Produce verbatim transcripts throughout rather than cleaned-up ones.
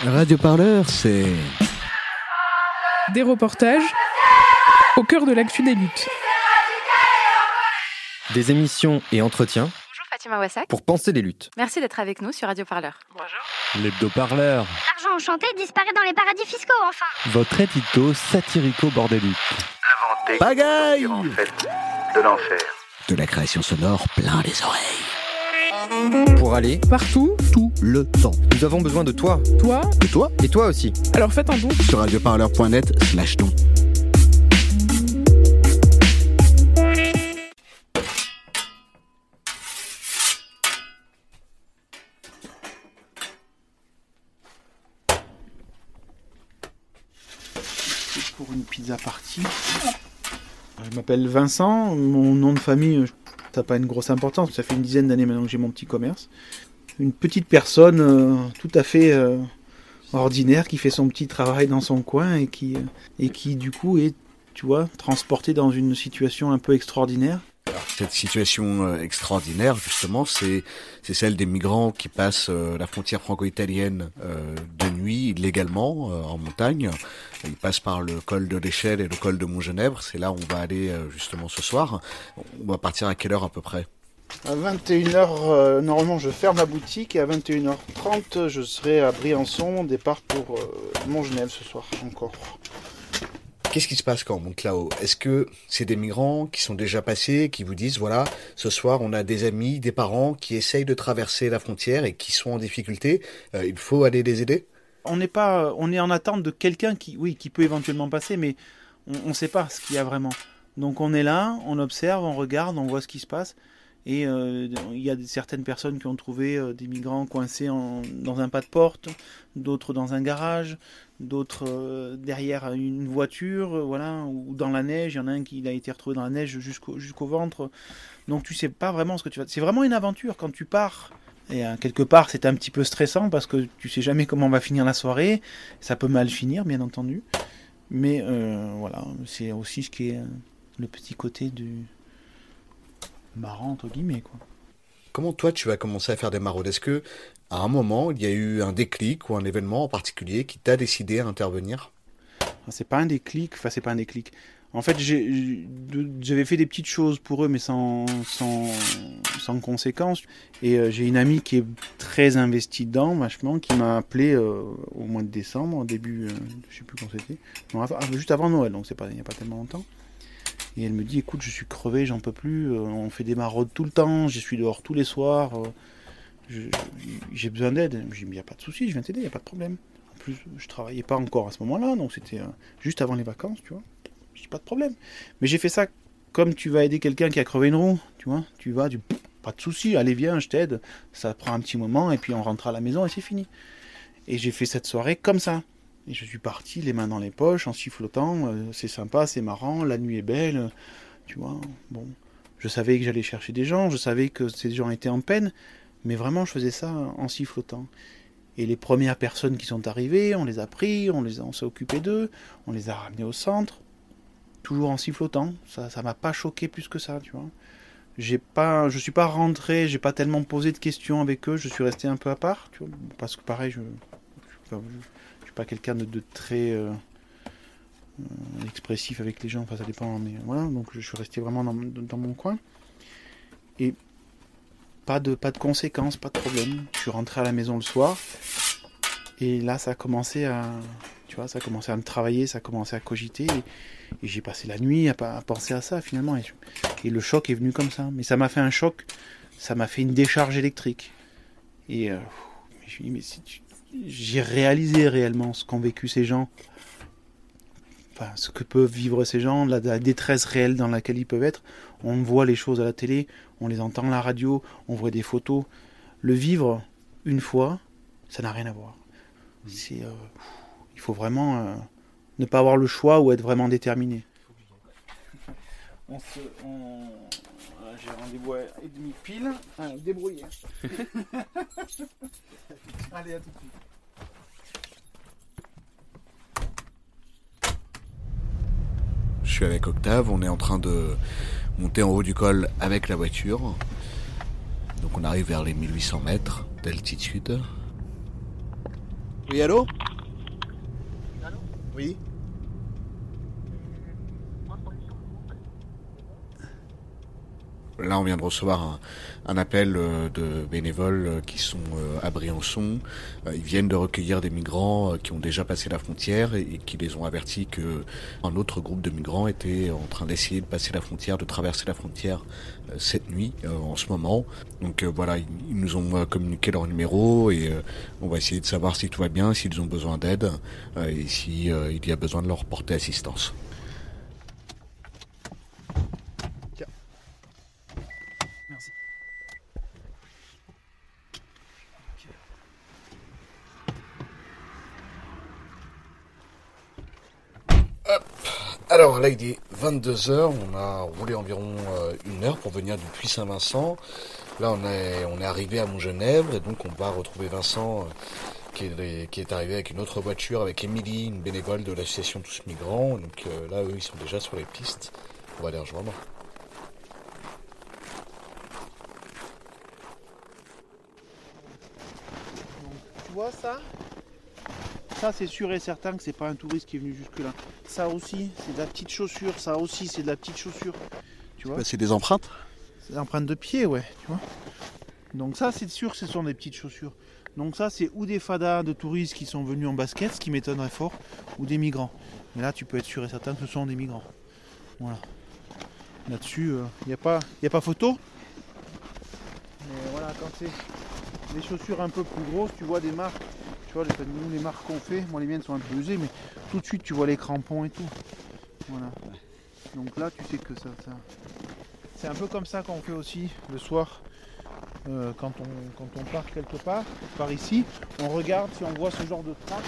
Radio Parleur, c'est... Des reportages au cœur de l'actu des luttes. Des émissions et entretiens. Bonjour Fatima Wassak. Pour penser les luttes. Merci d'être avec nous sur Radio Parleur. Bonjour. L'hebdo-parleur. L'argent enchanté disparaît dans les paradis fiscaux, enfin. Votre édito satirico-bordélique. Inventer Pagaille en fait de l'enfer. De la création sonore plein les oreilles. Pour aller Partout, Tout le temps. nous avons besoin de toi. toi, Et toi, Et toi aussi. alors faites un don. sur radioparleur point net slash don. C'est pour une pizza party. Je m'appelle Vincent, mon nom de famille, ça n'a pas une grosse importance, ça fait une dizaine d'années maintenant que j'ai mon petit commerce. Une petite personne euh, tout à fait euh, ordinaire qui fait son petit travail dans son coin et qui, euh, et qui du coup est, tu vois, transportée dans une situation un peu extraordinaire. Alors, cette situation euh, extraordinaire, justement, c'est c'est celle des migrants qui passent euh, la frontière franco-italienne euh, de nuit, légalement, euh, en montagne. Ils passent par le col de l'Échelle et le col de Montgenèvre. C'est là où on va aller, euh, justement, ce soir. On va partir à quelle heure, à peu près ? À vingt et une heures, euh, normalement je ferme la boutique et à vingt et une heures trente, je serai à Briançon, départ pour euh, Montgenèvre ce soir encore. Qu'est-ce qui se passe quand on monte là-haut ? Est-ce que c'est des migrants qui sont déjà passés, qui vous disent, voilà, ce soir on a des amis, des parents qui essayent de traverser la frontière et qui sont en difficulté, euh, il faut aller les aider ? On n'est pas, on est en attente de quelqu'un qui, oui, qui peut éventuellement passer, mais on ne sait pas ce qu'il y a vraiment. Donc on est là, on observe, on regarde, on voit ce qui se passe. Et euh, il y a certaines personnes qui ont trouvé euh, des migrants coincés en, dans un pas de porte, d'autres dans un garage, d'autres euh, derrière une voiture, euh, voilà, ou dans la neige. Il y en a un qui il a été retrouvé dans la neige jusqu'au, jusqu'au ventre. Donc tu sais pas vraiment ce que tu vas... C'est vraiment une aventure quand tu pars. Et euh, quelque part c'est un petit peu stressant parce que tu sais jamais comment va finir la soirée. Ça peut mal finir bien entendu. Mais euh, voilà, c'est aussi ce qui est euh, le petit côté du... marrant entre guillemets quoi. Comment toi tu vas commencer à faire des maraudes ? Est-ce que à un moment il y a eu un déclic ou un événement en particulier qui t'a décidé à intervenir ? C'est pas un déclic, enfin c'est pas un déclic. En fait j'ai, j'avais fait des petites choses pour eux mais sans, sans, sans conséquence. Et euh, j'ai une amie qui est très investie dedans, vachement, qui m'a appelé euh, au mois de décembre, au début, euh, je sais plus quand c'était, non, juste avant Noël, donc c'est pas, il n'y a pas tellement longtemps. Et elle me dit, écoute, je suis crevé, j'en peux plus, euh, on fait des maraudes tout le temps, je suis dehors tous les soirs, euh, je, j'ai besoin d'aide. Je lui dis, il n'y a pas de souci, je viens t'aider, il n'y a pas de problème. En plus, je travaillais pas encore à ce moment-là, donc c'était euh, juste avant les vacances, tu vois. Je dis, pas de problème. Mais j'ai fait ça comme tu vas aider quelqu'un qui a crevé une roue, tu vois. Tu vas, tu, pas de souci, allez viens, je t'aide, ça prend un petit moment, et puis on rentre à la maison et c'est fini. Et j'ai fait cette soirée comme ça. Et je suis parti, les mains dans les poches, en sifflotant, euh, c'est sympa, c'est marrant, la nuit est belle, euh, tu vois, bon. Je savais que j'allais chercher des gens, je savais que ces gens étaient en peine, mais vraiment je faisais ça en sifflotant. Et les premières personnes qui sont arrivées, on les a pris, on, les a, on s'est occupé d'eux, on les a ramenés au centre, toujours en sifflotant, ça ça m'a pas choqué plus que ça, tu vois. J'ai pas, je suis pas rentré, j'ai pas tellement posé de questions avec eux, je suis resté un peu à part, tu vois, parce que pareil, je... je, je Je suis pas quelqu'un de, de très euh, euh, expressif avec les gens, enfin ça dépend, mais voilà, donc je suis resté vraiment dans, dans mon coin. Et pas de, pas de conséquences, pas de problème. Je suis rentré à la maison le soir, et là ça a commencé à, tu vois, ça a commencé à me travailler, ça a commencé à cogiter, et, et j'ai passé la nuit à, à penser à ça finalement, et, et le choc est venu comme ça. Mais ça m'a fait un choc, ça m'a fait une décharge électrique. Et euh, je me dis, mais si tu... j'ai réalisé réellement ce qu'ont vécu ces gens, enfin ce que peuvent vivre ces gens, la, la détresse réelle dans laquelle ils peuvent être. On voit les choses à la télé, on les entend à la radio, on voit des photos. Le vivre une fois, ça n'a rien à voir. C'est, euh, il faut vraiment euh, ne pas avoir le choix ou être vraiment déterminé. On se, on... J'ai rendez-vous à et demi pile. Ah, débrouillez. Allez, à tout de suite. Je suis avec Octave, on est en train de monter en haut du col avec la voiture. Donc on arrive vers les mille huit cents mètres d'altitude. Oui, allô? Oui. Là, on vient de recevoir un, un appel euh, de bénévoles euh, qui sont euh, à Briançon. Euh, ils viennent de recueillir des migrants euh, qui ont déjà passé la frontière et, et qui les ont avertis que un autre groupe de migrants était en train d'essayer de passer la frontière, de traverser la frontière euh, cette nuit, euh, en ce moment. Donc euh, voilà, ils, ils nous ont euh, communiqué leur numéro et euh, on va essayer de savoir si tout va bien, s'ils ont besoin d'aide euh, et si euh, il y a besoin de leur porter assistance. Merci. Hop. Alors là il est vingt-deux heures, on a roulé environ euh, une heure pour venir du Puy-Saint-Vincent. Là on est, on est arrivé à Montgenèvre et donc on va retrouver Vincent euh, qui, est, qui est arrivé avec une autre voiture, avec Émilie, une bénévole de l'association Tous Migrants. Donc euh, là eux ils sont déjà sur les pistes, on va les rejoindre. Tu vois ça? Ça c'est sûr et certain que c'est pas un touriste qui est venu jusque là. Ça aussi c'est de la petite chaussure, ça aussi c'est de la petite chaussure. Tu vois? Bah, c'est des empreintes? C'est des empreintes de pied, ouais, tu vois. Donc ça c'est sûr que ce sont des petites chaussures. Donc ça c'est ou des fadas de touristes qui sont venus en basket, ce qui m'étonnerait fort, ou des migrants. Mais là tu peux être sûr et certain que ce sont des migrants. Voilà. Là-dessus, il euh, n'y a pas, y a pas photo. Mais voilà, quand c'est des chaussures un peu plus grosses, tu vois des marques. Tu vois, les, nous, les marques qu'on fait, moi les miennes sont un peu usées, mais tout de suite tu vois les crampons et tout. Voilà. Donc là tu sais que ça, ça... c'est un peu comme ça qu'on fait aussi le soir euh, quand, on, quand on part quelque part, par ici, on regarde si on voit ce genre de traces.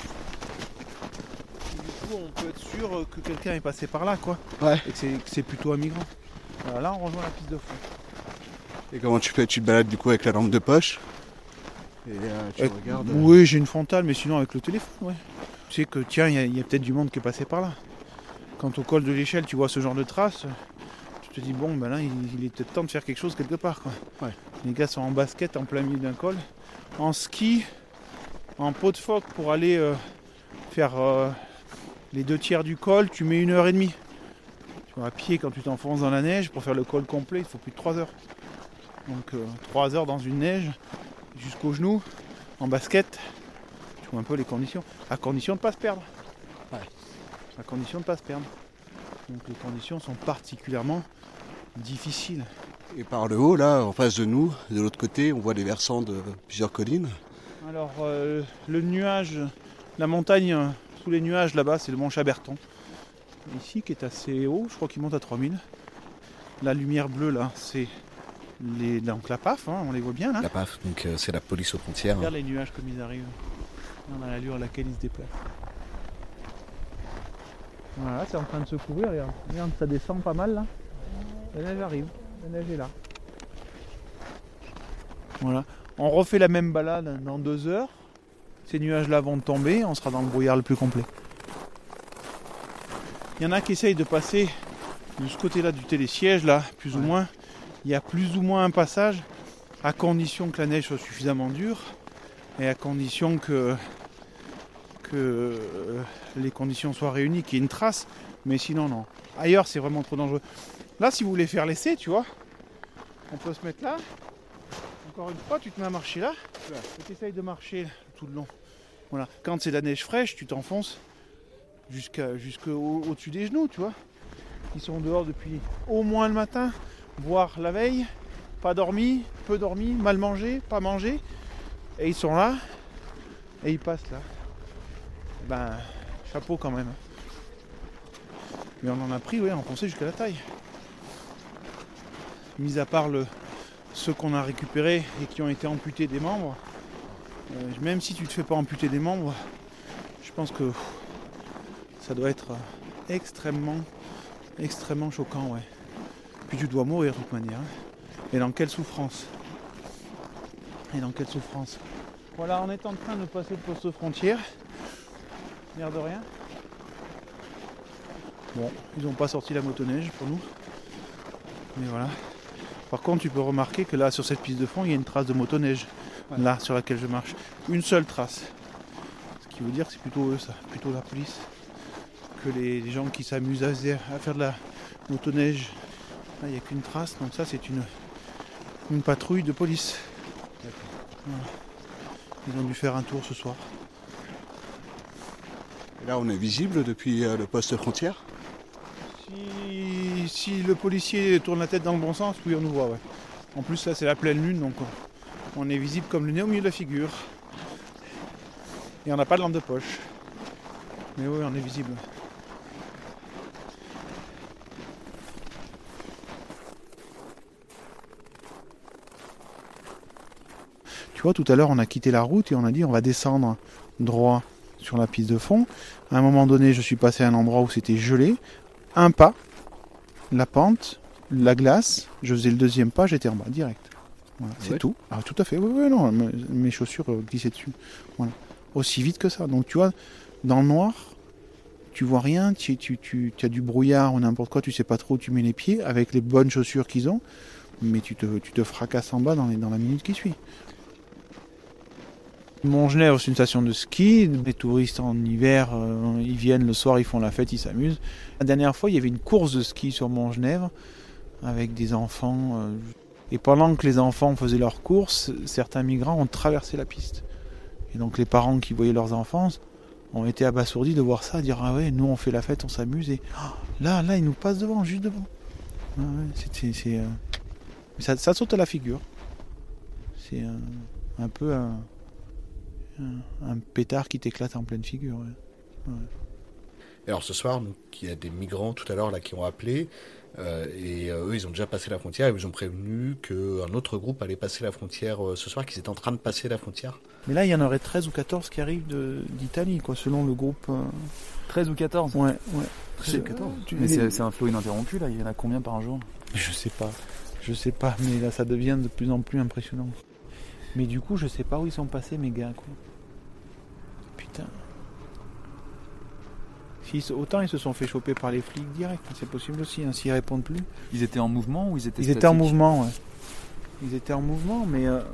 Et du coup on peut être sûr que quelqu'un est passé par là, quoi. Ouais. Et que c'est, que c'est plutôt un migrant. Voilà, là on rejoint la piste de fond. Et comment tu fais? Tu te balades du coup avec la lampe de poche? Et euh, tu Euh, regardes. Oui, j'ai une frontale, mais sinon avec le téléphone, ouais. Tu sais que tiens, il y, y a peut-être du monde qui est passé par là. Quand au col de l'échelle, tu vois ce genre de traces, tu te dis bon, ben là, il, il est peut-être temps de faire quelque chose quelque part, quoi. Ouais. Les gars sont en basket en plein milieu d'un col, en ski, en pot de phoque pour aller euh, faire euh, les deux tiers du col. Tu mets une heure et demie. Tu vois, à pied, quand tu t'enfonces dans la neige, pour faire le col complet, il faut plus de trois heures. Donc euh, trois heures dans une neige. Jusqu'aux genoux, en basket, tu vois un peu les conditions, à condition de ne pas se perdre. Ouais. À condition de ne pas se perdre. Donc les conditions sont particulièrement difficiles. Et par le haut, là, en face de nous, de l'autre côté, on voit des versants de plusieurs collines. Alors euh, le nuage, la montagne euh, sous les nuages là-bas, c'est le mont Chaberton. Ici qui est assez haut, je crois qu'il monte à trois mille. La lumière bleue là, c'est Les, donc la P A F, hein, on les voit bien là. La P A F, donc euh, c'est la police aux frontières. Regarde les nuages comme ils arrivent. On a l'allure à laquelle ils se déplacent. Voilà, c'est en train de se couvrir, regarde. Regarde, ça descend pas mal là. La neige arrive, la neige est là. Voilà. On refait la même balade dans deux heures. Ces nuages là vont tomber, on sera dans le brouillard le plus complet. Il y en a qui essayent de passer de ce côté là du télésiège là, plus ouais. ou moins. Il y a plus ou moins un passage, à condition que la neige soit suffisamment dure et à condition que, que les conditions soient réunies, qu'il y ait une trace. Mais sinon, non. Ailleurs, c'est vraiment trop dangereux. Là, si vous voulez faire l'essai, tu vois, on peut se mettre là. Encore une fois, tu te mets à marcher là et tu essayes de marcher tout le long. Voilà. Quand c'est de la neige fraîche, tu t'enfonces jusqu'à, jusqu'au, au-dessus des genoux, tu vois. Ils sont dehors depuis au moins le matin. Voire la veille, pas dormi, peu dormi, mal mangé, pas mangé, et ils sont là, et ils passent là. Ben, chapeau quand même. Mais on en a pris, oui, enfoncé jusqu'à la taille. Mis à part le, ceux qu'on a récupérés et qui ont été amputés des membres, euh, même si tu te fais pas amputer des membres, je pense que pff, ça doit être extrêmement, extrêmement choquant, ouais. Puis tu dois mourir de toute manière. Et dans quelle souffrance. Et dans quelle souffrance. Voilà, on est en train de passer le poste frontière. L'air de rien. Bon, ils n'ont pas sorti la motoneige pour nous. Mais voilà. Par contre, tu peux remarquer que là, sur cette piste de fond, il y a une trace de motoneige. Ouais. Là, sur laquelle je marche. Une seule trace. Ce qui veut dire que c'est plutôt eux, ça, plutôt la police, que les, les gens qui s'amusent à, à faire de la motoneige. Là, il n'y a qu'une trace, donc ça, c'est une, une patrouille de police. Voilà. Ils ont dû faire un tour ce soir. Et là, on est visible depuis euh, le poste frontière. Si, si le policier tourne la tête dans le bon sens, oui, on nous voit, ouais. En plus, là, c'est la pleine lune, donc on est visible comme le nez au milieu de la figure. Et on n'a pas de lampe de poche. Mais oui, on est visible. Tu vois, tout à l'heure, on a quitté la route et on a dit on va descendre droit sur la piste de fond. À un moment donné, je suis passé à un endroit où c'était gelé. Un pas, la pente, la glace. Je faisais le deuxième pas, j'étais en bas, direct. Voilà, c'est ouais. tout. Ah, tout à fait. Oui, oui, non, mes chaussures glissaient dessus. Voilà. Aussi vite que ça. Donc, tu vois, dans le noir, tu vois rien. Tu, tu, tu, tu as du brouillard ou n'importe quoi. Tu sais pas trop où tu mets les pieds avec les bonnes chaussures qu'ils ont. Mais tu te, tu te fracasses en bas dans, les, dans la minute qui suit. Montgenèvre, c'est une station de ski. Les touristes en hiver, euh, ils viennent le soir, ils font la fête, ils s'amusent. La dernière fois, il y avait une course de ski sur Montgenèvre avec des enfants. Euh, et pendant que les enfants faisaient leur course, certains migrants ont traversé la piste. Et donc les parents qui voyaient leurs enfants ont été abasourdis de voir ça, dire ah ouais, nous on fait la fête, on s'amuse et oh, là, là, ils nous passent devant, juste devant. Ah ouais, c'est, c'est, c'est, euh... ça, ça saute à la figure. C'est euh, un peu un. Un pétard qui t'éclate en pleine figure. Ouais. Ouais. Et alors ce soir, donc, il y a des migrants tout à l'heure là qui ont appelé euh, et euh, eux ils ont déjà passé la frontière et ils ont prévenu qu'un autre groupe allait passer la frontière euh, ce soir, qu'ils étaient en train de passer la frontière. Mais là il y en aurait treize ou quatorze qui arrivent de, d'Italie quoi, selon le groupe. Euh... treize ou quatorze Ouais, ouais. treize ou quatorze tu... Mais c'est, c'est un flot ininterrompu là, il y en a combien par jour? Je sais pas, je sais pas, mais là ça devient de plus en plus impressionnant. Mais du coup, je sais pas où ils sont passés, mes gars, quoi. Putain. Si, autant ils se sont fait choper par les flics direct, c'est possible aussi, hein, s'ils répondent plus. Ils étaient en mouvement ou ils étaient Ils statiques? étaient en mouvement, ouais. Ils étaient en mouvement, mais... Euh...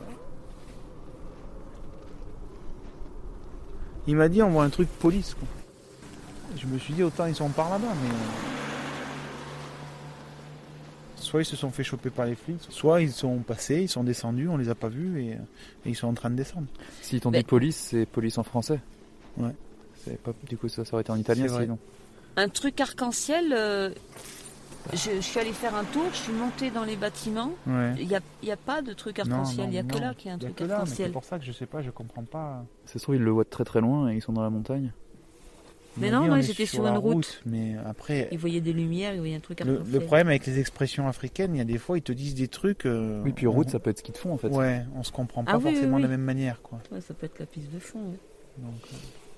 Il m'a dit, on voit un truc police, quoi. Je me suis dit, autant ils sont par là-bas, mais... Soit ils se sont fait choper par les flics, soit ils sont passés, ils sont descendus, on les a pas vus et, et ils sont en train de descendre. S'ils t'ont dit police, c'est police en français. Ouais. C'est pas, du coup, ça, ça aurait été en italien sinon. Un truc arc-en-ciel, euh, je, je suis allée faire un tour, je suis montée dans les bâtiments. Ouais. Il n'y a, y a pas de truc arc-en-ciel, il n'y a que là qu'il y a un truc là, arc-en-ciel. C'est pour ça que je sais pas, je comprends pas. Ça se trouve, ils le voient de très très loin et ils sont dans la montagne. Mais non, moi j'étais sur, sur une route. route. Mais après, ils voyaient des lumières, ils voyaient un truc le, le problème avec les expressions africaines, il y a des fois ils te disent des trucs. Euh, oui, puis route, on... ça peut être ski de fond en fait. Ouais, on se comprend pas ah, oui, forcément oui, oui. de la même manière, quoi. Ouais, ça peut être la piste de fond. Ouais. Donc, euh...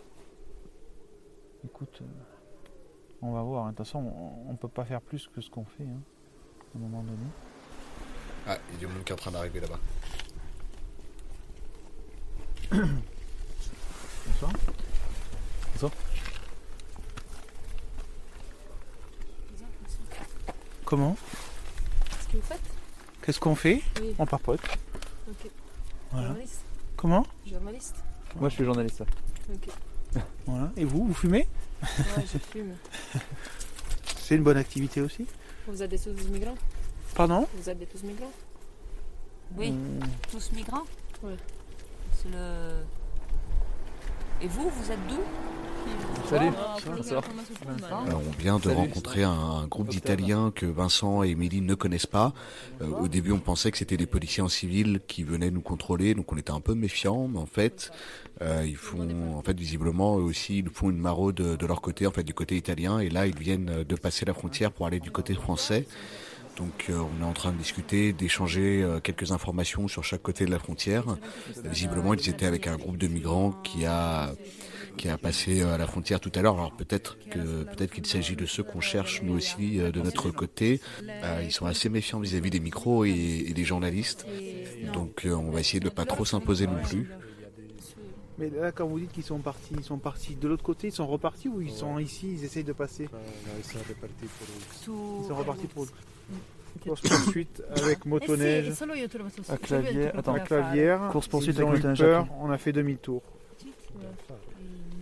écoute, euh... on va voir. De toute façon, on, on peut pas faire plus que ce qu'on fait, hein, à un moment donné. Ah, il y a du monde qui est en train d'arriver là-bas. Bonsoir. Bonsoir. Comment? Qu'est-ce que vous faites? Qu'est-ce qu'on fait? Oui. On papote. Ok. Voilà. Journaliste? Comment? Journaliste? Moi je suis journaliste. Ok. Voilà. Et vous, vous fumez? Ouais, je fume. C'est une bonne activité aussi? Vous êtes des tous migrants? Pardon? Vous êtes des tous migrants? Oui, hum... tous migrants? Ouais. C'est le... Et vous, vous êtes d'où? Salut. Alors, on vient de Salut. rencontrer un, un groupe d'Italiens que Vincent et Émilie ne connaissent pas. Euh, au début, on pensait que c'était des policiers en civil qui venaient nous contrôler, donc on était un peu méfiants. Mais en fait, euh, ils font, en fait, visiblement, eux aussi, ils font une maraude de, de leur côté, en fait, du côté italien. Et là, ils viennent de passer la frontière pour aller du côté français. Donc euh, on est en train de discuter, d'échanger euh, quelques informations sur chaque côté de la frontière. Euh, visiblement, ils étaient avec un groupe de migrants qui a qui a passé euh, la frontière tout à l'heure. Alors peut-être que peut-être qu'il s'agit de ceux qu'on cherche nous aussi euh, de notre côté. Euh, ils sont assez méfiants vis-à-vis des micros et, et des journalistes. Donc euh, on va essayer de pas trop s'imposer non plus. Mais là, quand vous dites qu'ils sont partis, ils sont partis de l'autre côté, ils sont repartis ou ils sont ici, ils essayent de passer? Ils sont repartis pour... Course poursuite avec motoneige. À clavier, attends, à clavière. Course poursuite avec motoneige. Peur, on a fait demi-tour.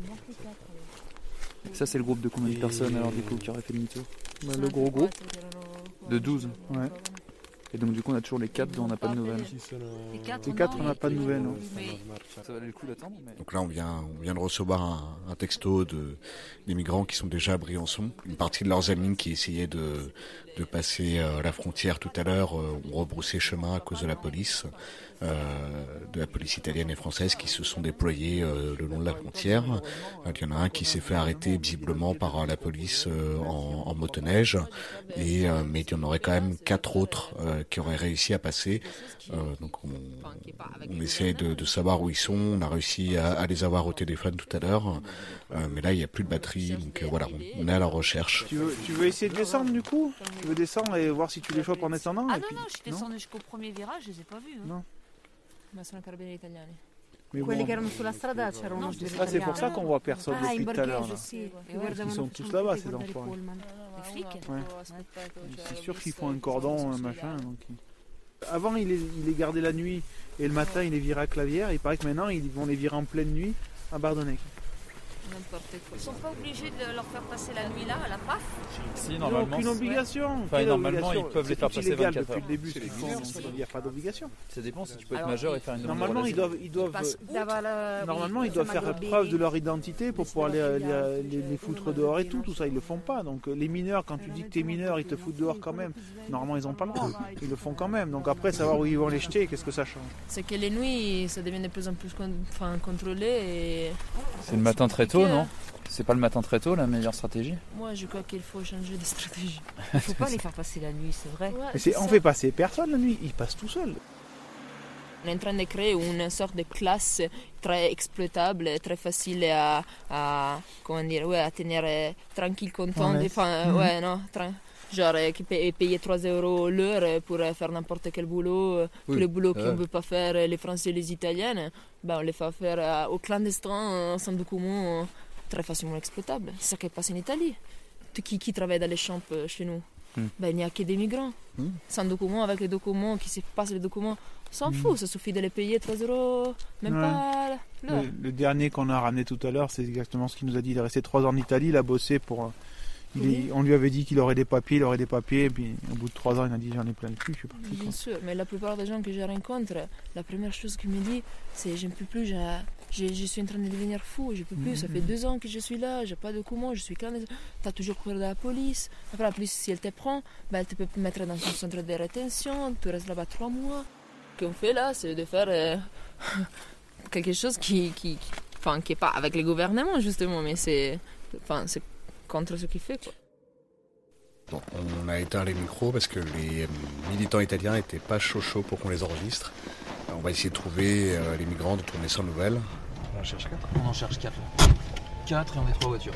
Ça, c'est le groupe de combien de personnes alors du coup qui aurait fait demi-tour? Bah, le gros groupe. De douze. Ouais. Et donc du coup on a toujours les quatre dont on n'a pas de nouvelles. Les quatre, Les quatre, non, on n'a pas de nouvelles. Non. Mais Ça valait le coup d'attendre. Mais... Donc là, on vient, on vient de recevoir un, un texto de, des migrants qui sont déjà à Briançon. Une partie de leurs amis qui essayaient de, de passer euh, la frontière tout à l'heure euh, ont rebroussé chemin à cause de la police, euh, de la police italienne et française qui se sont déployés euh, le long de la frontière. Euh, il y en a un qui s'est fait arrêter visiblement par euh, la police euh, en, en motoneige, et, euh, mais il y en aurait quand même quatre autres euh, qui auraient réussi à passer. Euh, donc on, on essaie de, de savoir où ils sont. On a réussi à, à les avoir au téléphone tout à l'heure, euh, mais là il n'y a plus de batterie, donc euh, voilà, on, on est à la recherche. Tu veux, tu veux essayer de descendre du coup? Tu veux descendre et voir si tu les chopes en descendant? Ah et non, puis... non, je suis descendue jusqu'au premier virage, je les ai pas vus. Hein. Non. Ma sono carabinieri italiani. Mais Quelli bon, che erano sulla strada c'erano uno ah, c'est pour ça qu'on voit personne Ah, in depuis tout à l'heure. borghese, Là. sì. Ils sont tous là-bas, ces enfants. Les flics. Ouais. C'est sûr qu'ils font un cordon, un machin. Donc... Avant, il les, il les gardait la nuit et le matin, il les virait à Clavière. Il paraît que maintenant, ils vont les virer en pleine nuit à Bardonnec. Ils sont pas obligés de leur faire passer la nuit là, à la P A F? Si, Ils n'ont normalement. aucune obligation. Enfin, Quelle normalement, obligation? ils peuvent les C'est faire tout passer illégal vingt-quatre depuis heures. le début. Ce qu'ils font, il n'y a pas d'obligation. Ça dépend si tu peux être Alors, majeur et faire une demande. Normalement, ils doivent, ils doivent, normalement, ils doivent faire preuve de leur identité pour pouvoir les, les, les, les foutre dehors et tout. Tout ça, ils le font pas. Donc, les mineurs, quand tu dis que tu es mineur, ils te foutent dehors quand même. Normalement, ils n'ont pas le droit. Ils le font quand même. Donc, après, savoir où ils vont les jeter, qu'est-ce que ça change? C'est que les nuits, ça devient de plus en plus con- enfin, contrôlé et... C'est le matin très tôt, non? C'est pas le matin très tôt la meilleure stratégie? Moi, je crois qu'il faut changer de stratégie. Il faut pas les faire passer la nuit, c'est vrai. Ouais, Mais c'est c'est, on ça. fait passer personne la nuit. Ils passent tout seuls. On est en train de créer une sorte de classe très exploitable, très facile à, à comment dire, ouais, à tenir euh, tranquille, content, Ouais. enfin, euh, Mhm. ouais, non, tra- genre euh, qui paye, payer trois euros l'heure pour euh, faire n'importe quel boulot, euh, Oui. tous les boulots qu'on Ouais. ne veut pas faire euh, les Français et les Italiens, ben, on les fait faire euh, au clandestin, euh, sans document, euh, très facilement exploitable. C'est ça qui passe en Italie. Tout Qui, qui travaille dans les champs euh, chez nous? Mm. Ben, il n'y a que des migrants. Mm. Sans documents, avec les documents, qui se passent les documents, on s'en Mm. fout, ça suffit de les payer trois euros, même Ouais. pas l'heure. Le, le dernier qu'on a ramené tout à l'heure, c'est exactement ce qu'il nous a dit. Il est resté trois ans en Italie, il a bossé pour. euh, il est- Oui. on lui avait dit qu'il aurait des papiers, il aurait des papiers, et puis au bout de trois ans, il a dit j'en ai plein le cul, je suis parti. Bien quoi. sûr, mais la plupart des gens que je rencontre, la première chose qu'ils me disent, c'est je ne peux plus, je, je, je suis en train de devenir fou, je peux plus, ça fait deux ans que je suis là, j'ai pas de documents, je suis clandestin, t'as toujours peur de la police. Après la police, si elle te prend, ben, elle te peut mettre dans un centre de rétention, tu restes là-bas trois mois. Ce qu'on fait là, c'est de faire euh, quelque chose qui, qui, qui, enfin, qui est pas avec les gouvernements justement, mais c'est, enfin, c'est contre ce qu'il fait, quoi. Bon, on a éteint les micros parce que les militants italiens étaient pas chaud chaud pour qu'on les enregistre. On va essayer de trouver euh, les migrants dont on est sans nouvelles. On en cherche quatre. On en cherche quatre. Quatre et on est trois voitures.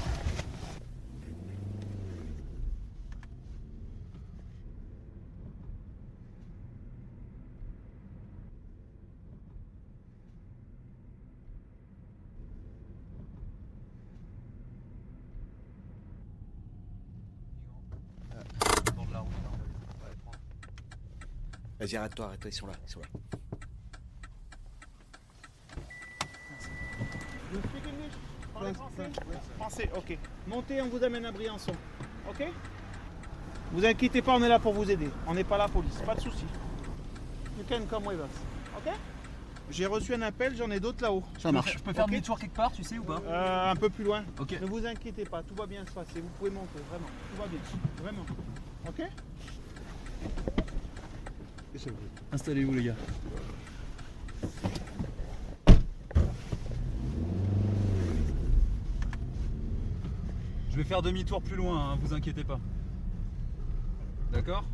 Vas-y, arrête-toi, arrête-toi, ils sont là, ils sont là. Français, ok. Montez, on vous amène à Briançon. Ok? Vous inquiétez pas, on est là pour vous aider. On n'est pas la police, pas de souci. You can come with us. Ok? J'ai reçu un appel, j'en ai d'autres là-haut. Ça marche. Je peux faire Ok. demi-tour quelque part, tu sais ou pas? Euh, un peu plus loin. Ok. Ne vous inquiétez pas, tout va bien se passer. Vous pouvez monter, vraiment. Tout va bien. Vraiment. Ok? Installez-vous les gars. Je vais faire demi-tour plus loin, hein, vous inquiétez pas. D'accord?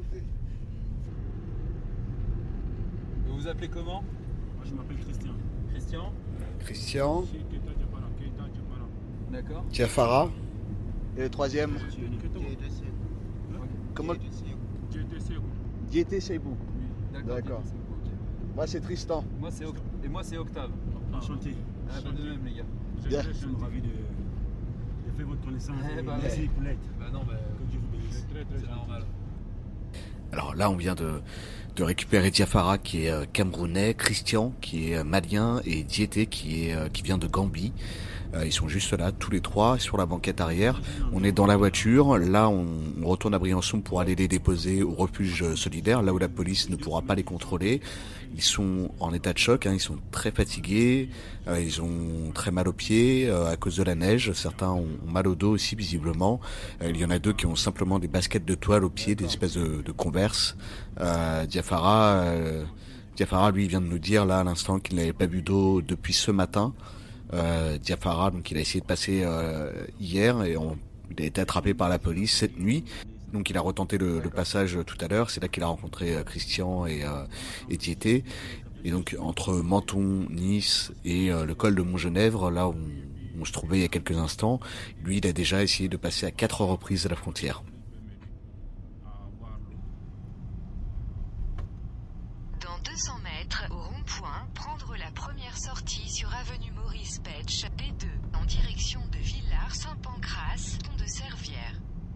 Vous vous appelez comment? Moi je m'appelle Christian. Christian? Christian, D'accord. Tiafara. Et le troisième? Comment? Diété Seibou. D'accord. D'accord. Moi c'est Tristan. Moi c'est Oct- et moi c'est Octave. Enchanté. Ah, bah, de même les gars. Bien. Je suis ravi de, de faire votre connaissance. Eh et bah, merci ouais. pour l'aide. Bah non, bah, Que Dieu vous bénisse. très très c'est normal. Alors là, on vient de, de récupérer Diafara qui est euh, camerounais, Christian qui est euh, malien et Diété qui est euh, qui vient de Gambie. Euh, ils sont juste là, tous les trois, sur la banquette arrière. On est dans la voiture. Là, on, on retourne à Briançon pour aller les déposer au refuge solidaire, là où la police ne pourra pas les contrôler. Ils sont en état de choc, hein, ils sont très fatigués, euh, ils ont très mal aux pieds euh, à cause de la neige. Certains ont mal au dos aussi, visiblement. Euh, il y en a deux qui ont simplement des baskets de toile aux pieds, des espèces de, de Converse. Euh, Diafara, euh, Diafara, lui, vient de nous dire là à l'instant qu'il n'avait pas bu d'eau depuis ce matin. Euh, Diafara, donc il a essayé de passer euh, hier et on, il a été attrapé par la police cette nuit. Donc il a retenté le, le passage tout à l'heure. C'est là qu'il a rencontré euh, Christian et, euh, et Tieté. Et donc entre Menton, Nice et euh, le col de Montgenèvre, là où on, on se trouvait il y a quelques instants, lui il a déjà essayé de passer à quatre reprises la frontière. Dans deux cents mètres, au rond-point, prendre la première sortie sur avenue Maurice Petch, B deux, en direction de Villars-Saint-Pancrace, pont de Servières.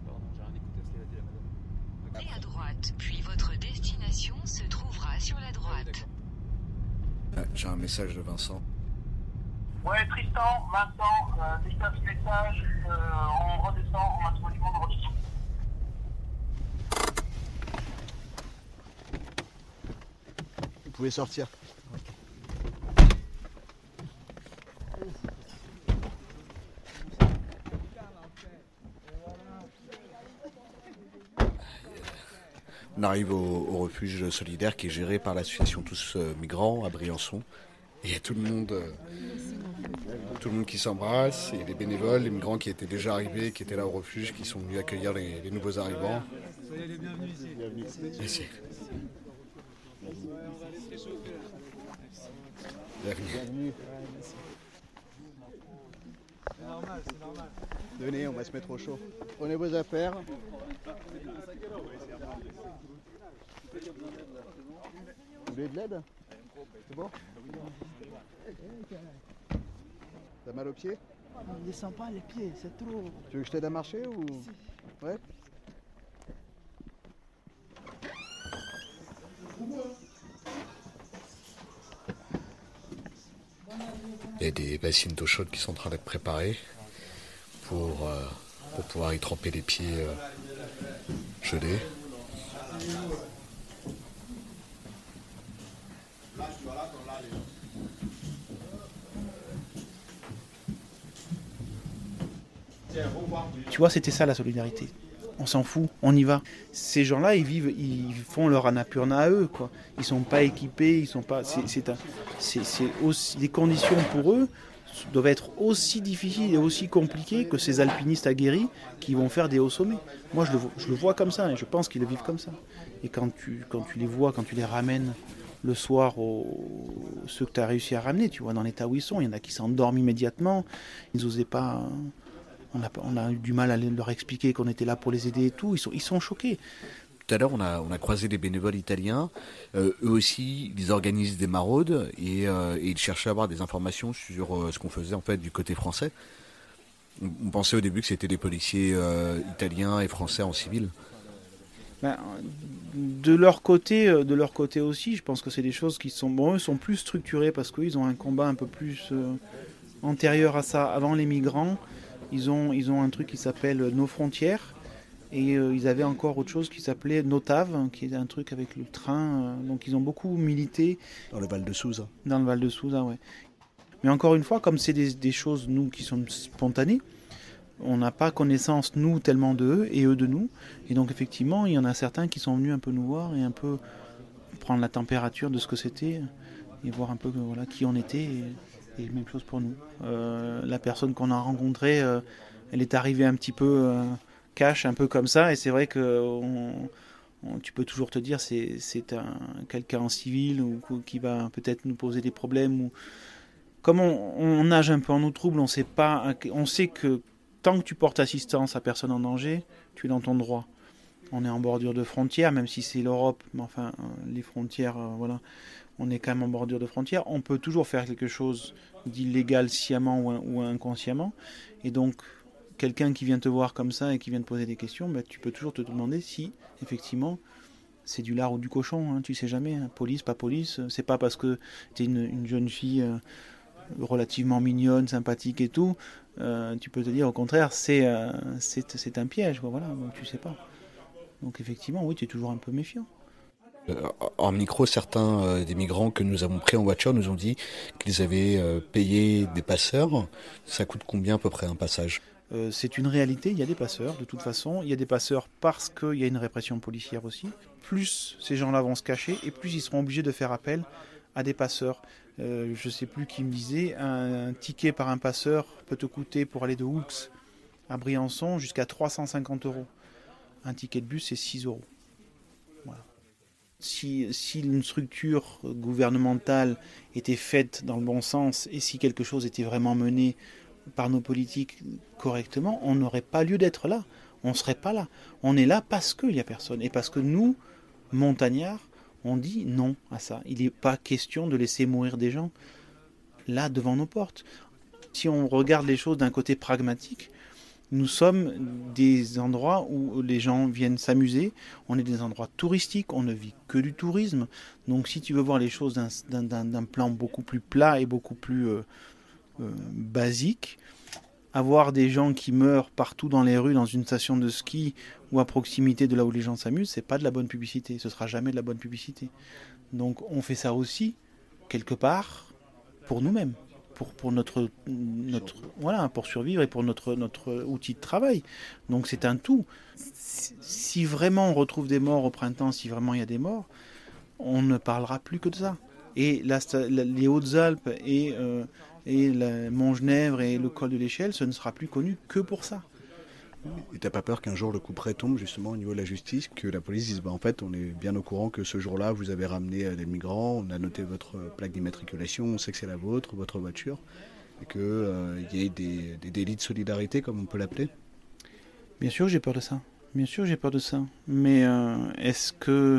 Et à droite, puis votre destination se trouvera sur la droite. Ah, j'ai un message de Vincent. Ouais, Tristan, Vincent, euh, dès ce message, euh, on redescend, on va trouver du monde redescend. Vous pouvez sortir. On arrive au, au refuge solidaire qui est géré par l'association Tous euh, Migrants à Briançon. Et il y a tout le monde, euh, tout le monde qui s'embrasse, et les bénévoles, les migrants qui étaient déjà arrivés, qui étaient là au refuge, qui sont venus accueillir les, les nouveaux arrivants. Soyez les bienvenus ici. Merci. Bienvenue. Bienvenue. C'est normal, c'est normal. Venez, on va se mettre au chaud. Prenez vos affaires. Vous voulez de l'aide? C'est bon? T'as mal aux pieds? On ne descend pas les pieds, c'est trop. Tu veux que je t'aide à marcher ou? Ouais. Il y a des bassines d'eau chaude qui sont en train d'être préparées pour, euh, pour pouvoir y tremper les pieds euh, gelés. Tu vois, c'était ça la solidarité. On s'en fout, on y va. Ces gens-là, ils vivent, ils font leur annapurna à eux, quoi. Ils sont pas équipés, ils sont pas. C'est, c'est, un, c'est, c'est aussi les conditions pour eux doivent être aussi difficiles et aussi compliquées que ces alpinistes aguerris qui vont faire des hauts sommets. Moi, je le, je le vois comme ça, et je pense qu'ils le vivent comme ça. Et quand tu, quand tu les vois, quand tu les ramènes le soir, au, ceux que tu as réussi à ramener, tu vois, dans l'état où ils sont, il y en a qui s'endorment immédiatement, ils n'osaient pas. On a, on a eu du mal à leur expliquer qu'on était là pour les aider et tout. Ils sont, ils sont choqués. Tout à l'heure, on a, on a croisé des bénévoles italiens. Euh, eux aussi, ils organisent des maraudes et, euh, et ils cherchaient à avoir des informations sur euh, ce qu'on faisait en fait du côté français. On, on pensait au début que c'était des policiers euh, italiens et français en civil. Ben, de leur côté, de leur côté aussi, je pense que c'est des choses qui sont, bon, eux sont plus structurés parce qu'ils ont un combat un peu plus euh, antérieur à ça. Avant les migrants, ils ont, ils ont un truc qui s'appelle Nos Frontières. Et euh, ils avaient encore autre chose qui s'appelait Notave, qui est un truc avec le train. Euh, donc ils ont beaucoup milité. Dans le Val de Souza. Dans le Val de Souza, ouais. Mais encore une fois, comme c'est des, des choses, nous, qui sont spontanées, on n'a pas connaissance, nous, tellement d'eux, et eux de nous. Et donc effectivement, il y en a certains qui sont venus un peu nous voir et un peu prendre la température de ce que c'était, et voir un peu voilà, qui on était. Et, et même chose pour nous. Euh, la personne qu'on a rencontrée, euh, elle est arrivée un petit peu... Euh, cash, un peu comme ça, et c'est vrai que on, on, tu peux toujours te dire c'est, c'est un, quelqu'un en civil ou, ou qui va peut-être nous poser des problèmes. Ou... Comme on, on nage un peu en eau trouble, on sait pas, on sait que tant que tu portes assistance à personne en danger, tu es dans ton droit. On est en bordure de frontière, même si c'est l'Europe, mais enfin les frontières, euh, voilà, on est quand même en bordure de frontière. On peut toujours faire quelque chose d'illégal sciemment ou, ou inconsciemment, et donc quelqu'un qui vient te voir comme ça et qui vient te poser des questions, bah, tu peux toujours te demander si, effectivement, c'est du lard ou du cochon, hein, tu sais jamais, hein, police, pas police, c'est pas parce que tu es une, une jeune fille euh, relativement mignonne, sympathique et tout, euh, tu peux te dire au contraire, c'est, euh, c'est, c'est un piège, quoi, voilà, donc tu sais pas. Donc effectivement, oui, tu es toujours un peu méfiant. Euh, en micro, certains euh, des migrants que nous avons pris en voiture nous ont dit qu'ils avaient euh, payé des passeurs. Ça coûte combien à peu près un passage ? Euh, c'est une réalité, il y a des passeurs, de toute façon. Il y a des passeurs parce qu'il y a une répression policière aussi. Plus ces gens-là vont se cacher et plus ils seront obligés de faire appel à des passeurs. Euh, je ne sais plus qui me disait, un, un ticket par un passeur peut te coûter pour aller de Hooks à Briançon jusqu'à trois cent cinquante euros. Un ticket de bus, c'est six euros. Voilà. Si, si une structure gouvernementale était faite dans le bon sens et si quelque chose était vraiment mené par nos politiques correctement, on n'aurait pas lieu d'être là. On ne serait pas là. On est là parce qu'il n'y a personne. Et parce que nous, montagnards, on dit non à ça. Il n'est pas question de laisser mourir des gens là devant nos portes. Si on regarde les choses d'un côté pragmatique, nous sommes des endroits où les gens viennent s'amuser. On est des endroits touristiques, on ne vit que du tourisme. Donc si tu veux voir les choses d'un, d'un, d'un plan beaucoup plus plat et beaucoup plus euh, euh, basique, avoir des gens qui meurent partout dans les rues, dans une station de ski ou à proximité de là où les gens s'amusent, c'est pas de la bonne publicité. Ce sera jamais de la bonne publicité. Donc on fait ça aussi, quelque part, pour nous-mêmes. Pour, pour notre, notre voilà, pour survivre et pour notre, notre outil de travail. Donc c'est un tout. Si vraiment on retrouve des morts au printemps, si vraiment il y a des morts, on ne parlera plus que de ça. Et la, la, les Hautes-Alpes et, euh, et la Montgenèvre et le col de l'Échelle, ce ne sera plus connu que pour ça. Et t'as pas peur qu'un jour le coup près tombe justement au niveau de la justice, que la police dise bah en fait on est bien au courant que ce jour-là vous avez ramené des migrants, on a noté votre plaque d'immatriculation, on sait que c'est la vôtre, votre voiture, et qu'il euh, y ait des, des délits de solidarité comme on peut l'appeler? Bien sûr j'ai peur de ça, bien sûr j'ai peur de ça, mais euh, est-ce que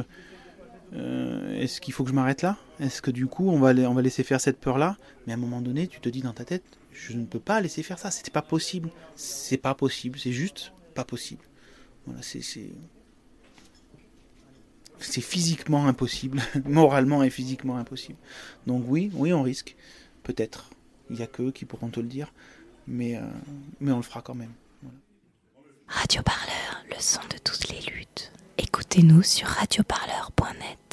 euh, est-ce qu'il faut que je m'arrête là? Est-ce que du coup on va, on va laisser faire cette peur-là? Mais à un moment donné tu te dis dans ta tête, je ne peux pas laisser faire ça, c'est pas possible, c'est pas possible, c'est juste pas possible. Voilà, c'est, c'est... c'est physiquement impossible, moralement et physiquement impossible. Donc oui, oui, on risque, peut-être. Il n'y a qu'eux qui pourront te le dire, mais, euh, mais on le fera quand même. Voilà. Radio Parleur, le son de toutes les luttes. Écoutez-nous sur radio parleur point net.